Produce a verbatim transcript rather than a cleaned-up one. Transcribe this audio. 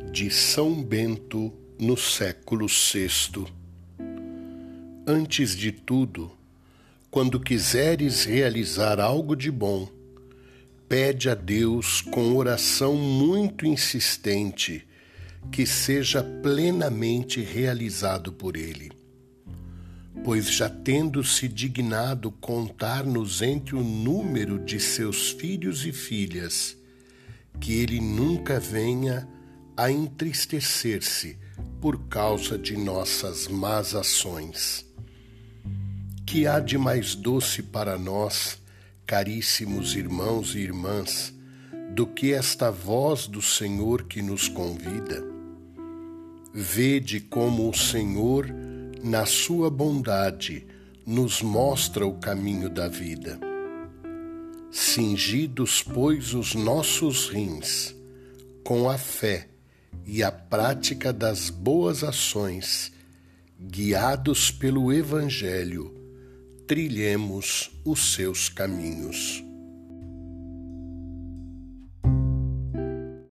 de São Bento no século sexto. Antes de tudo, quando quiseres realizar algo de bom, pede a Deus com oração muito insistente que seja plenamente realizado por Ele. Pois já tendo se dignado contar-nos entre o número de seus filhos e filhas, que Ele nunca venha a entristecer-se por causa de nossas más ações. Que há de mais doce para nós, caríssimos irmãos e irmãs, do que esta voz do Senhor que nos convida? Vede como o Senhor, na sua bondade, nos mostra o caminho da vida. Cingidos, pois, os nossos rins, com a fé e a prática das boas ações, guiados pelo Evangelho, trilhemos os seus caminhos.